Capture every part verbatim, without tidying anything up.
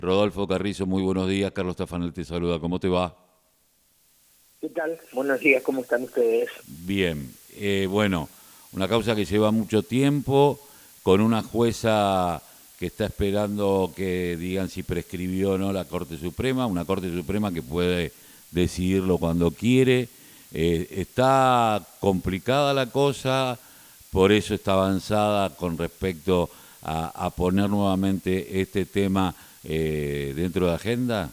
Rodolfo Carrizo, muy buenos días. Carlos Tafanel te saluda. ¿Cómo te va? ¿Qué tal? Buenos días, ¿cómo están ustedes? Bien. Eh, bueno, una causa que lleva mucho tiempo, con una jueza que está esperando que digan si prescribió o no la Corte Suprema, una Corte Suprema que puede decidirlo cuando quiere. Eh, está complicada la cosa, por eso está avanzada con respecto a, a poner nuevamente este tema eh, dentro de agenda.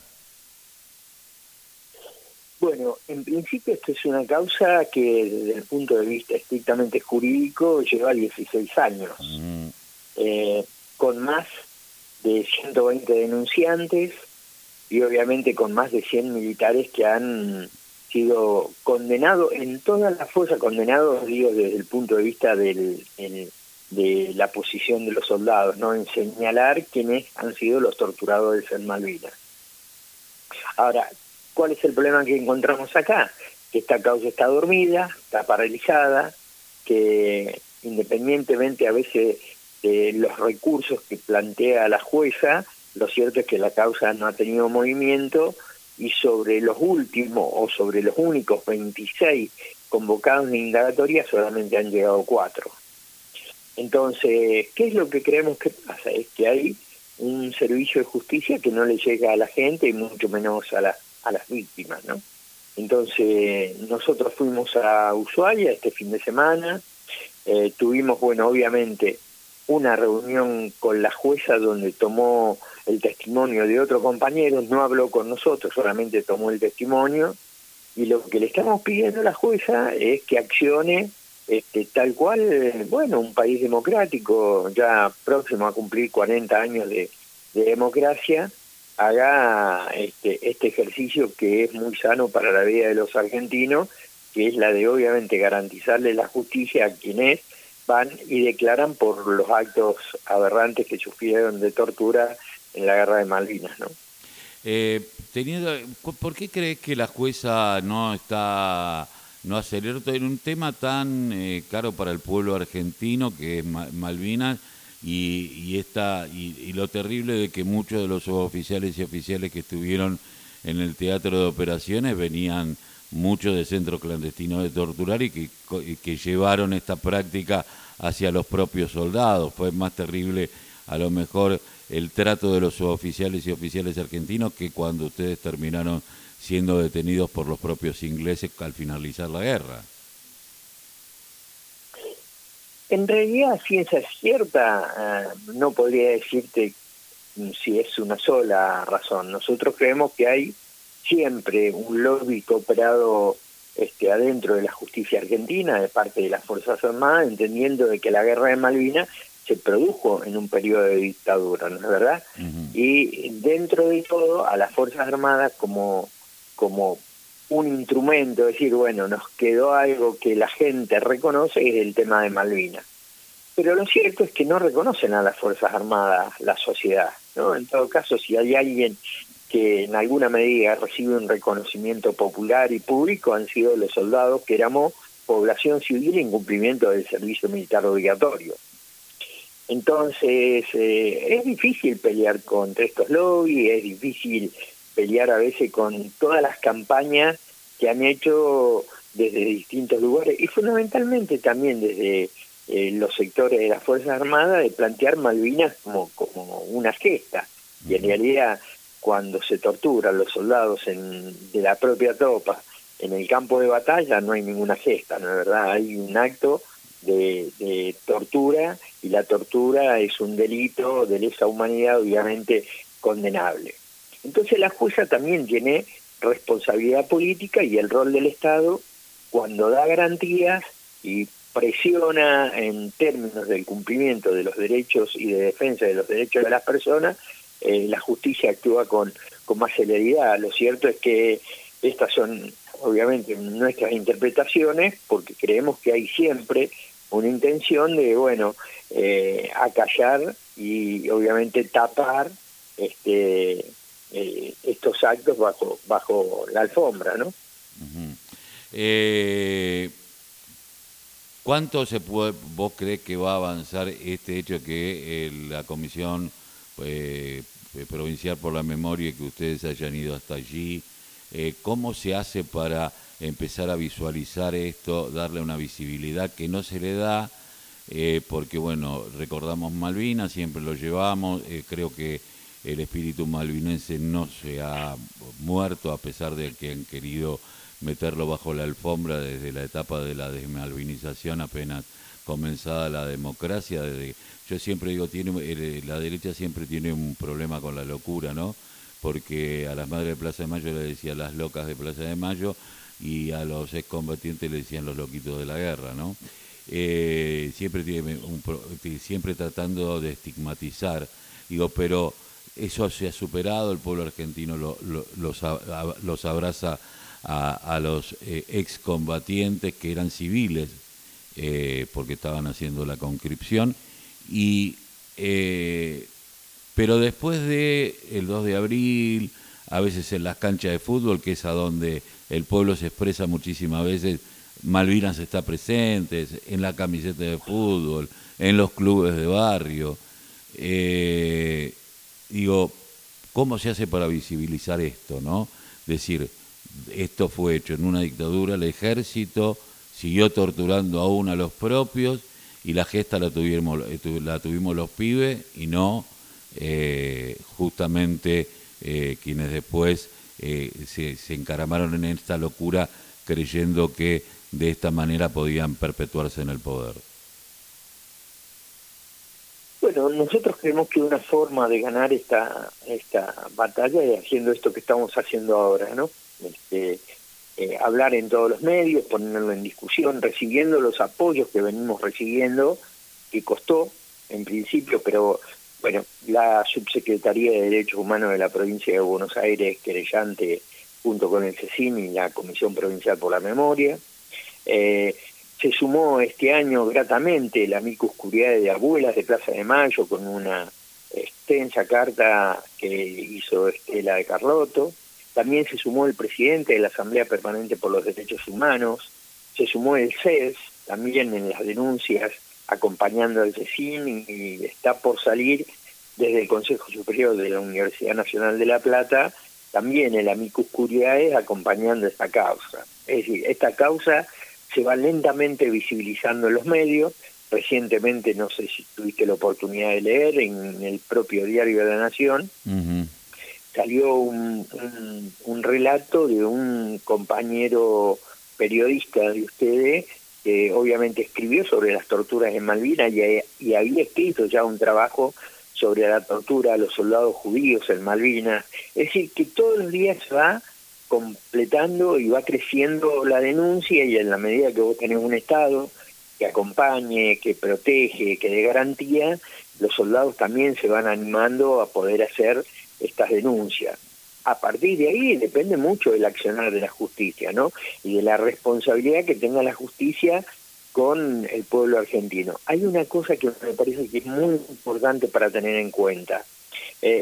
Bueno, en principio esta es una causa que desde el punto de vista estrictamente jurídico lleva dieciséis años, Mm. eh, con más de ciento veinte denunciantes y obviamente con más de cien militares que han sido condenados, en todas las fuerzas condenados, digo, desde el punto de vista del, el- de la posición de los soldados, ¿no? En señalar quiénes han sido los torturadores en Malvinas. Ahora, ¿cuál es el problema que encontramos acá? Que esta causa está dormida, está paralizada, que independientemente a veces de los recursos que plantea la jueza, lo cierto es que la causa no ha tenido movimiento y sobre los últimos o sobre los únicos veintiséis convocados de indagatoria solamente han llegado cuatro. Entonces, ¿qué es lo que creemos que pasa? Es que hay un servicio de justicia que no le llega a la gente y mucho menos a, la, a las víctimas, ¿no? Entonces, nosotros fuimos a Ushuaia este fin de semana, eh, tuvimos, bueno, obviamente, una reunión con la jueza donde tomó el testimonio de otro compañero, no habló con nosotros, solamente tomó el testimonio, y lo que le estamos pidiendo a la jueza es que accione este, tal cual, eh, bueno, un país democrático, ya próximo a cumplir cuarenta años de, de democracia, haga este, este ejercicio que es muy sano para la vida de los argentinos, que es la de obviamente garantizarle la justicia a quienes van y declaran por los actos aberrantes que sufrieron de tortura en la guerra de Malvinas, ¿no? Eh, teniendo, ¿por qué crees que la jueza no está, no aceleró en un tema tan eh, caro para el pueblo argentino que es Ma- Malvinas y, y, esta, y, y lo terrible de que muchos de los suboficiales y oficiales que estuvieron en el teatro de operaciones venían muchos de centros clandestinos de torturar y que, co- y que llevaron esta práctica hacia los propios soldados? Fue más terrible a lo mejor el trato de los suboficiales y oficiales argentinos que cuando ustedes terminaron siendo detenidos por los propios ingleses al finalizar la guerra. En realidad, ciencia cierta, uh, no podría decirte si es una sola razón. Nosotros creemos que hay siempre un lobby cooperado este, adentro de la justicia argentina, de parte de las Fuerzas Armadas, entendiendo de que la guerra de Malvinas se produjo en un periodo de dictadura, ¿no es verdad? Uh-huh. Y dentro de todo, a las Fuerzas Armadas como, como un instrumento, es decir, bueno, nos quedó algo que la gente reconoce, es el tema de Malvinas. Pero lo cierto es que no reconocen a las Fuerzas Armadas la sociedad, ¿no? En todo caso, si hay alguien que en alguna medida recibe un reconocimiento popular y público, han sido los soldados que éramos población civil en cumplimiento del servicio militar obligatorio. Entonces, eh, es difícil pelear contra estos lobbies, es difícil pelear a veces con todas las campañas que han hecho desde distintos lugares y fundamentalmente también desde eh, los sectores de las Fuerzas Armadas de plantear Malvinas como, como una gesta. Y en realidad, cuando se torturan los soldados en, de la propia tropa en el campo de batalla, no hay ninguna gesta, ¿no es verdad? Hay un acto de, de tortura y la tortura es un delito de lesa humanidad obviamente condenable. Entonces la jueza también tiene responsabilidad política y el rol del Estado cuando da garantías y presiona en términos del cumplimiento de los derechos y de defensa de los derechos de las personas, eh, la justicia actúa con, con más celeridad. Lo cierto es que estas son obviamente nuestras interpretaciones porque creemos que hay siempre una intención de, bueno, eh, acallar y obviamente tapar este eh, estos actos bajo bajo la alfombra, ¿no? Uh-huh. eh, ¿Cuánto se puede, vos crees que va a avanzar este hecho que eh, la comisión eh, eh, provincial por la memoria, que ustedes hayan ido hasta allí. Eh, ¿Cómo se hace para empezar a visualizar esto, darle una visibilidad que no se le da? Eh, porque, bueno, recordamos Malvinas, siempre lo llevamos, eh, creo que el espíritu malvinense no se ha muerto, a pesar de que han querido meterlo bajo la alfombra desde la etapa de la desmalvinización, apenas comenzada la democracia. Desde, yo siempre digo, tiene, eh, la derecha siempre tiene un problema con la locura, ¿no? Porque a las madres de Plaza de Mayo le decían las locas de Plaza de Mayo, y a los excombatientes le decían los loquitos de la guerra, ¿no? Eh, siempre tiene un, siempre tratando de estigmatizar, digo, pero eso se ha superado, el pueblo argentino lo, lo, los, a, los abraza a, a los eh, excombatientes que eran civiles, eh, porque estaban haciendo la conscripción, y eh, pero después de el dos de abril, a veces en las canchas de fútbol, que es a donde el pueblo se expresa muchísimas veces, Malvinas está presente, en la camiseta de fútbol, en los clubes de barrio. Eh, digo, ¿cómo se hace para visibilizar esto, no? Decir, esto fue hecho en una dictadura, el ejército siguió torturando aún a los propios, y la gesta la tuvimos, la tuvimos los pibes, y no eh, justamente eh, quienes después eh, se, se encaramaron en esta locura, creyendo que de esta manera podían perpetuarse en el poder. Bueno, nosotros creemos que una forma de ganar esta esta batalla es haciendo esto que estamos haciendo ahora, ¿no? Este, eh, hablar en todos los medios, ponerlo en discusión, recibiendo los apoyos que venimos recibiendo, que costó en principio, pero bueno, la Subsecretaría de Derechos Humanos de la Provincia de Buenos Aires, querellante junto con el CECIN y la Comisión Provincial por la Memoria. Eh, se sumó este año gratamente la Amicus Curiae de Abuelas de Plaza de Mayo con una extensa carta que hizo Estela de Carlotto. También se sumó el presidente de la Asamblea Permanente por los Derechos Humanos, se sumó el C E S también en las denuncias acompañando al CECIN, y está por salir desde el Consejo Superior de la Universidad Nacional de La Plata también el Amicus Curiae acompañando esta causa. Es decir, esta causa se va lentamente visibilizando en los medios. Recientemente, no sé si tuviste la oportunidad de leer, en el propio diario de la Nación, uh-huh. salió un, un, un relato de un compañero periodista de ustedes, que obviamente escribió sobre las torturas en Malvinas y, y había escrito ya un trabajo sobre la tortura a los soldados judíos en Malvinas. Es decir, que todos los días se va completando y va creciendo la denuncia, y en la medida que vos tenés un Estado que acompañe, que protege, que dé garantía, los soldados también se van animando a poder hacer estas denuncias. A partir de ahí depende mucho del accionar de la justicia, ¿no? Y de la responsabilidad que tenga la justicia con el pueblo argentino. Hay una cosa que me parece que es muy importante para tener en cuenta. Eh,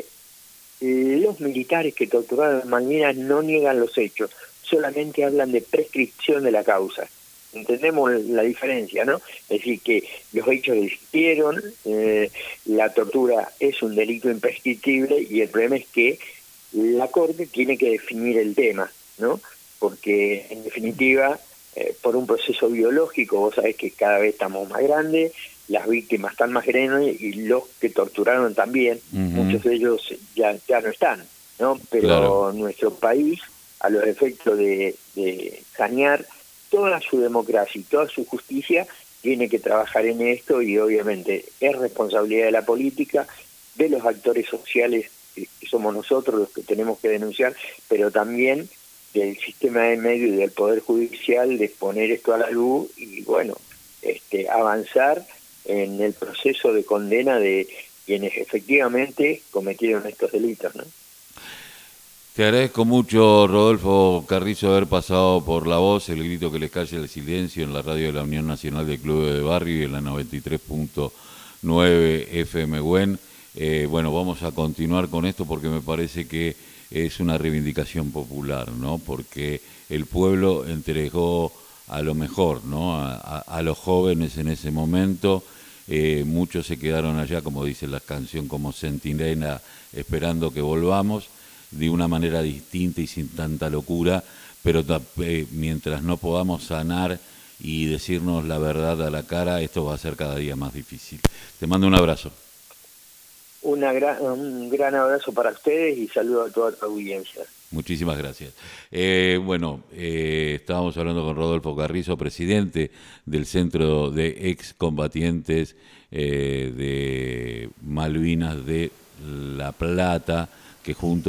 los militares que torturaron en Malvinas no niegan los hechos, solamente hablan de prescripción de la causa. Entendemos la diferencia, ¿no? Es decir, que los hechos existieron, eh, la tortura es un delito imprescriptible, y el problema es que la Corte tiene que definir el tema, ¿no? Porque, en definitiva, eh, por un proceso biológico, vos sabés que cada vez estamos más grandes, las víctimas están más grandes, y los que torturaron también, uh-huh. muchos de ellos ya, ya no están, ¿no? Pero claro, nuestro país, a los efectos de, de sanear toda su democracia y toda su justicia, tiene que trabajar en esto, y obviamente es responsabilidad de la política, de los actores sociales, que somos nosotros los que tenemos que denunciar, pero también del sistema de medios y del Poder Judicial, de poner esto a la luz y, bueno, este, avanzar en el proceso de condena de quienes efectivamente cometieron estos delitos, ¿no? Te agradezco mucho, Rodolfo Carrizo, haber pasado por La Voz, el grito que les calle el silencio, en la radio de la Unión Nacional de Clubes de Barrio y en la noventa y tres punto nueve F M Güen. Eh, bueno, vamos a continuar con esto porque me parece que es una reivindicación popular, ¿no? Porque el pueblo entregó a lo mejor, ¿no? A, a, a los jóvenes en ese momento, eh, muchos se quedaron allá, como dice la canción, como centinela, esperando que volvamos de una manera distinta y sin tanta locura, pero eh, mientras no podamos sanar y decirnos la verdad a la cara, esto va a ser cada día más difícil. Te mando un abrazo. Una gran, un gran abrazo para ustedes y saludo a toda tu audiencia. Muchísimas gracias. Eh, bueno, eh, estábamos hablando con Rodolfo Carrizo, presidente del Centro de Excombatientes eh, de Malvinas de La Plata, que junto